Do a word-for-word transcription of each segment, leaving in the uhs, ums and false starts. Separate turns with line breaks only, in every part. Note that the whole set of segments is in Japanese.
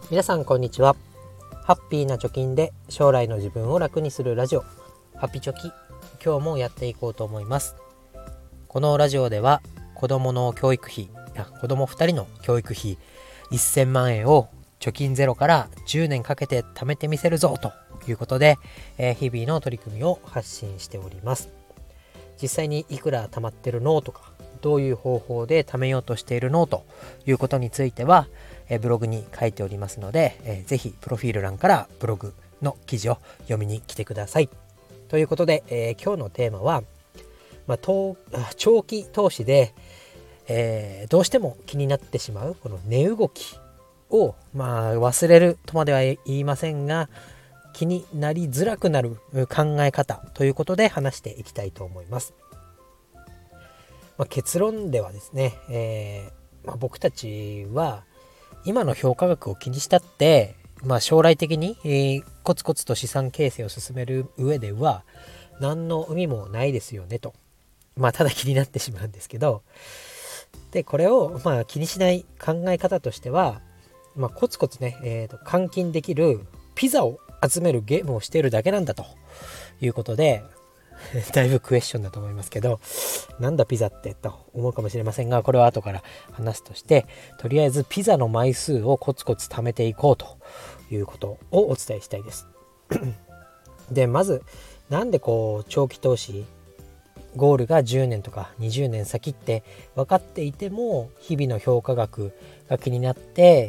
皆さんこんにちは。ハッピーな貯金で将来の自分を楽にするラジオ、ハピチョキ、今日もやっていこうと思います。このラジオでは子供の教育費や子供ふたりの教育費せんまんえんを貯金ゼロからじゅうねんかけて貯めてみせるぞということで、えー、日々の取り組みを発信しております。実際にいくら貯まってるのとか、どういう方法で貯めようとしているのということについては、えー、ブログに書いておりますので、えー、ぜひプロフィール欄からブログの記事を読みに来てください。ということで、えー、今日のテーマは、まあ、長期投資で、えー、どうしても気になってしまうこの値動きを、まあ、忘れるとまでは言いませんが、気になりづらくなる考え方ということで話していきたいと思います。まあ、結論ではですね、えーまあ、僕たちは今の評価額を気にしたって、まあ、将来的に、えー、コツコツと資産形成を進める上では何の意味もないですよねと、まあ、ただ気になってしまうんですけど、でこれをまあ気にしない考え方としては、まあ、コツコツね、えーと、換金できるピザを集めるゲームをしているだけなんだということでだいぶクエスチョンだと思いますけど、なんだピザってと思うかもしれませんが、これは後から話すとして、とりあえずピザの枚数をコツコツ貯めていこうということをお伝えしたいですでまず、なんでこう長期投資ゴールがじゅうねんとかにじゅうねん先って分かっていても、日々の評価額が気になって、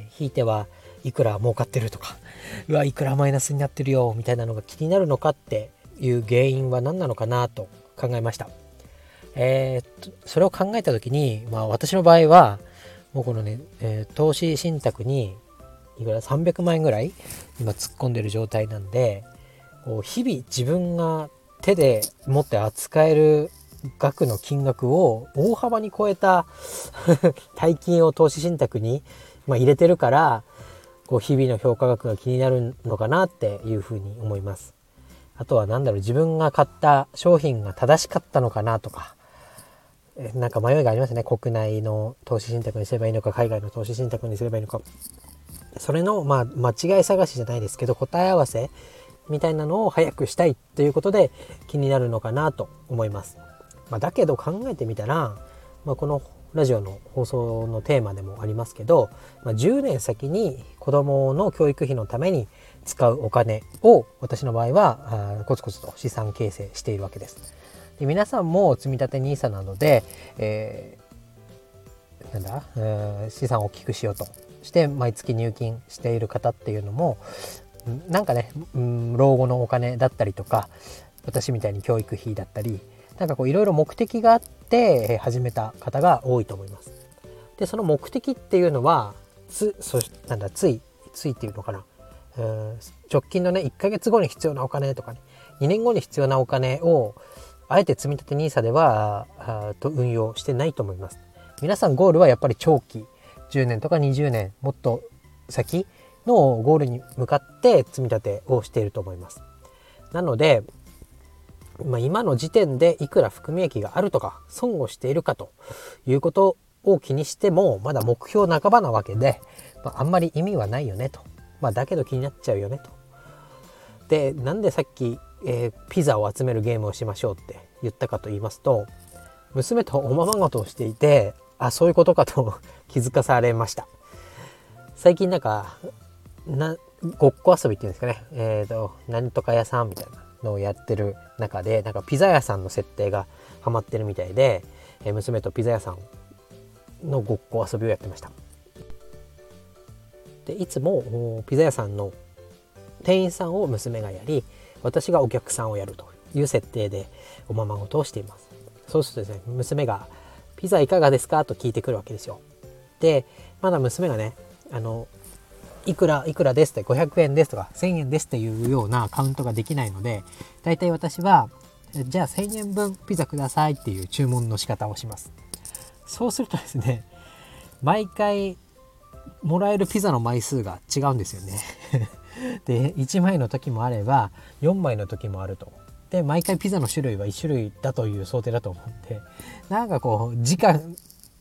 ひいてはいくら儲かってるとか、うわいくらマイナスになってるよみたいなのが気になるのかっていう原因は何なのかなと考えました。えー、それを考えた時に、まあ、私の場合はもうこのね、えー、投資信託にいくらさんびゃくまんえんぐらい今突っ込んでる状態なんで、こう日々自分が手で持って扱える額の金額を大幅に超えた大金を投資信託に、まあ、入れてるから、こう日々の評価額が気になるのかなっていうふうに思います。あとは何だろう、自分が買った商品が正しかったのかなとか、なんか迷いがありますね。国内の投資信託にすればいいのか、海外の投資信託にすればいいのか、それのまあ間違い探しじゃないですけど、答え合わせみたいなのを早くしたいということで気になるのかなと思います。まあ、だけど考えてみたら、まあ、このラジオの放送のテーマでもありますけど、まあ、じゅうねん先に子どもの教育費のために使うお金を、私の場合はコツコツと資産形成しているわけです。で皆さんも積立 ニーサ なので、えー、なんだ、えー、資産を大きくしようとして毎月入金している方っていうのも、なんかね、うん、老後のお金だったりとか、私みたいに教育費だったり、なんかこういろいろ目的があって始めた方が多いと思います。でその目的っていうのはつそなんだついついっていうのかな、うーん直近のねいっかげつごに必要なお金とかね、にねんごに必要なお金をあえて積立 ニーサ ではあと運用してないと思います。皆さんゴールはやっぱり長期じゅうねんとかにじゅうねん、もっと先のゴールに向かって積み立てをしていると思います。なので、まあ、今の時点でいくら含み益があるとか損をしているかということを気にしても、まだ目標半ばなわけで、まあ、あんまり意味はないよねと、まあ、だけど気になっちゃうよねと。でなんでさっき、えー、ピザを集めるゲームをしましょうって言ったかと言いますと、娘とおままごとをしていて、あそういうことかと気づかされました。最近なんかなごっこ遊びっていうんですかね、えーとなんとか屋さんみたいなのをやってる中で、なんかピザ屋さんの設定がハマってるみたいで、えー、娘とピザ屋さんのごっこ遊びをやってました。でいつもピザ屋さんの店員さんを娘がやり、私がお客さんをやるという設定でおままごとをしています。そうするとですね、娘がピザいかがですかと聞いてくるわけですよ。でまだ娘がね、あのいくらいくらですってごひゃくえんですとかせんえんですっていうようなカウントができないので、だいたい私はじゃあせんえんぶんピザくださいっていう注文の仕方をします。そうするとですね、毎回もらえるピザの枚数が違うんですよねでいちまいの時もあればよんまいの時もあると。で毎回ピザの種類はいち種類だという想定だと思って、なんかこう時間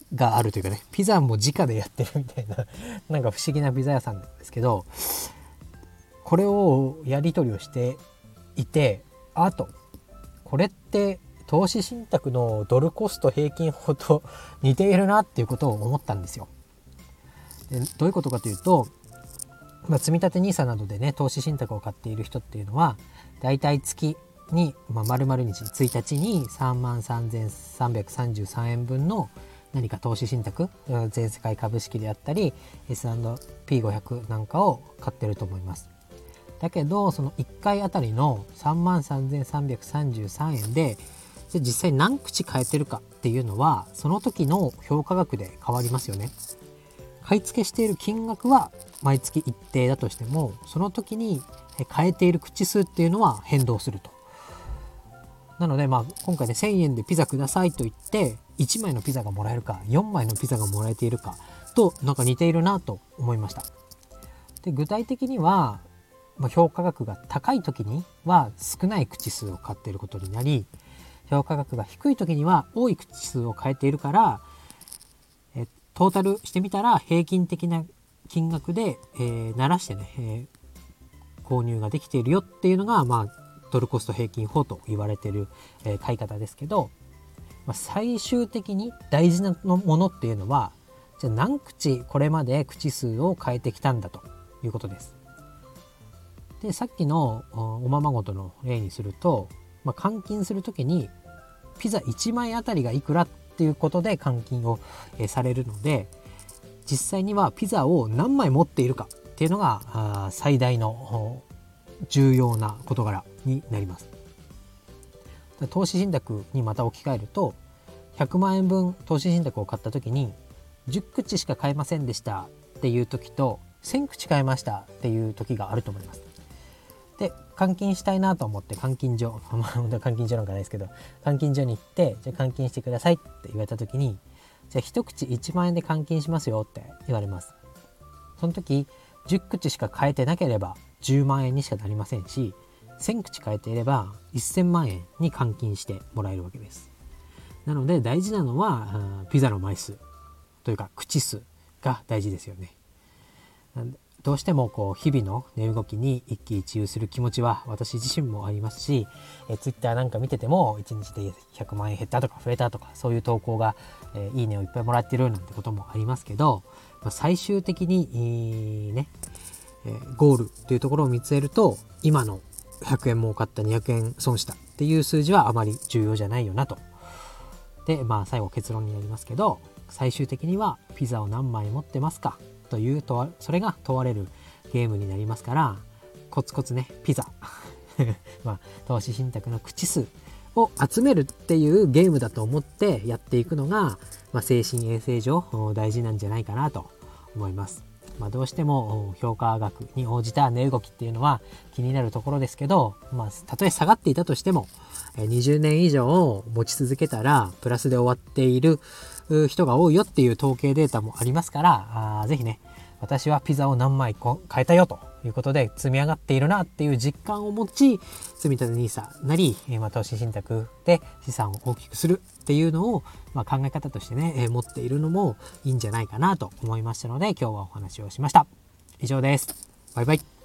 があるというかね、ピザも直でやってるみたいななんか不思議なピザ屋さんなんですけど、これをやり取りをしていて、あとこれって投資信託のドルコスト平均法と似ているなっていうことを思ったんですよ。でどういうことかというと、まあ、積立 ニーサ などでね投資信託を買っている人っていうのはだいたい月に、まあ、丸々日ついたちにさんまんさんぜんさんびゃくさんじゅうさんえんぶんの何か投資信託、全世界株式であったり エスアンドピーごひゃく なんかを買ってると思います。だけどそのいっかいあたりのさんまんさんぜんさんびゃくさんじゅうさんえんでで実際何口買えてるかっていうのはその時の評価額で変わりますよね。買い付けしている金額は毎月一定だとしても、その時に買えている口数っていうのは変動すると。なのでまあ今回ねせんえんでピザくださいと言っていちまいのピザがもらえるかよんまいのピザがもらえているかとなんか似ているなと思いました。で具体的には、まあ、評価額が高い時には少ない口数を買っていることになり、評価額が低い時には多い口数を変えているから、えトータルしてみたら平均的な金額で、えー、ならしてね、えー、購入ができているよっていうのが、まあ、ドルコスト平均法と言われている、えー、買い方ですけど、まあ、最終的に大事なものっていうのはじゃあ何口これまで口数を変えてきたんだということです。でさっきのおままごとの例にすると、まあ、換金するときにピザいちまいあたりがいくらっていうことで換金を、えー、されるので、実際にはピザを何枚持っているかっていうのがあ最大の重要な事柄になります。投資信託にまた置き換えるとひゃくまんえんぶん投資信託を買った時にじゅっ口しか買えませんでしたっていう時とせん口買えましたっていう時があると思います。で換金したいなと思って換金所換金所なんかないですけど換金所に行ってじゃあ換金してくださいって言われた時にじゃあ一口いちまんえんで換金しますよって言われます。その時じゅっ口しか買えてなければじゅうまんえんにしかなりませんし、せん口買えていればせんまんえんに換金してもらえるわけです。なので大事なのはピザの枚数というか口数が大事ですよね。なんでどうしてもこう日々の値動きに一喜一憂する気持ちは私自身もありますし、えツイッターなんか見ててもいちにちでひゃくまんえん減ったとか増えたとかそういう投稿が、えー、いいねをいっぱいもらってるなんてこともありますけど、まあ、最終的に、えー、ね、えー、ゴールというところを見つめると今のひゃくえん儲かったにひゃくえん損したっていう数字はあまり重要じゃないよなと。でまあ最後結論になりますけど、最終的にはピザを何枚持ってますかというとそれが問われるゲームになりますから、コツコツねピザまあ投資信託の口数を集めるっていうゲームだと思ってやっていくのが、まあ、精神衛生上大事なんじゃないかなと思います。まあ、どうしても評価額に応じた値動きっていうのは気になるところですけど、まあ、たとえ下がっていたとしてもにじゅうねん以上持ち続けたらプラスで終わっている人が多いよっていう統計データもありますから、あぜひね私はピザを何枚買えたよということで積み上がっているなっていう実感を持ち、積立 ニーサ なり、まあ、投資信託で資産を大きくするっていうのを、まあ、考え方としてね、えー、持っているのもいいんじゃないかなと思いましたので今日はお話をしました。以上です。バイバイ。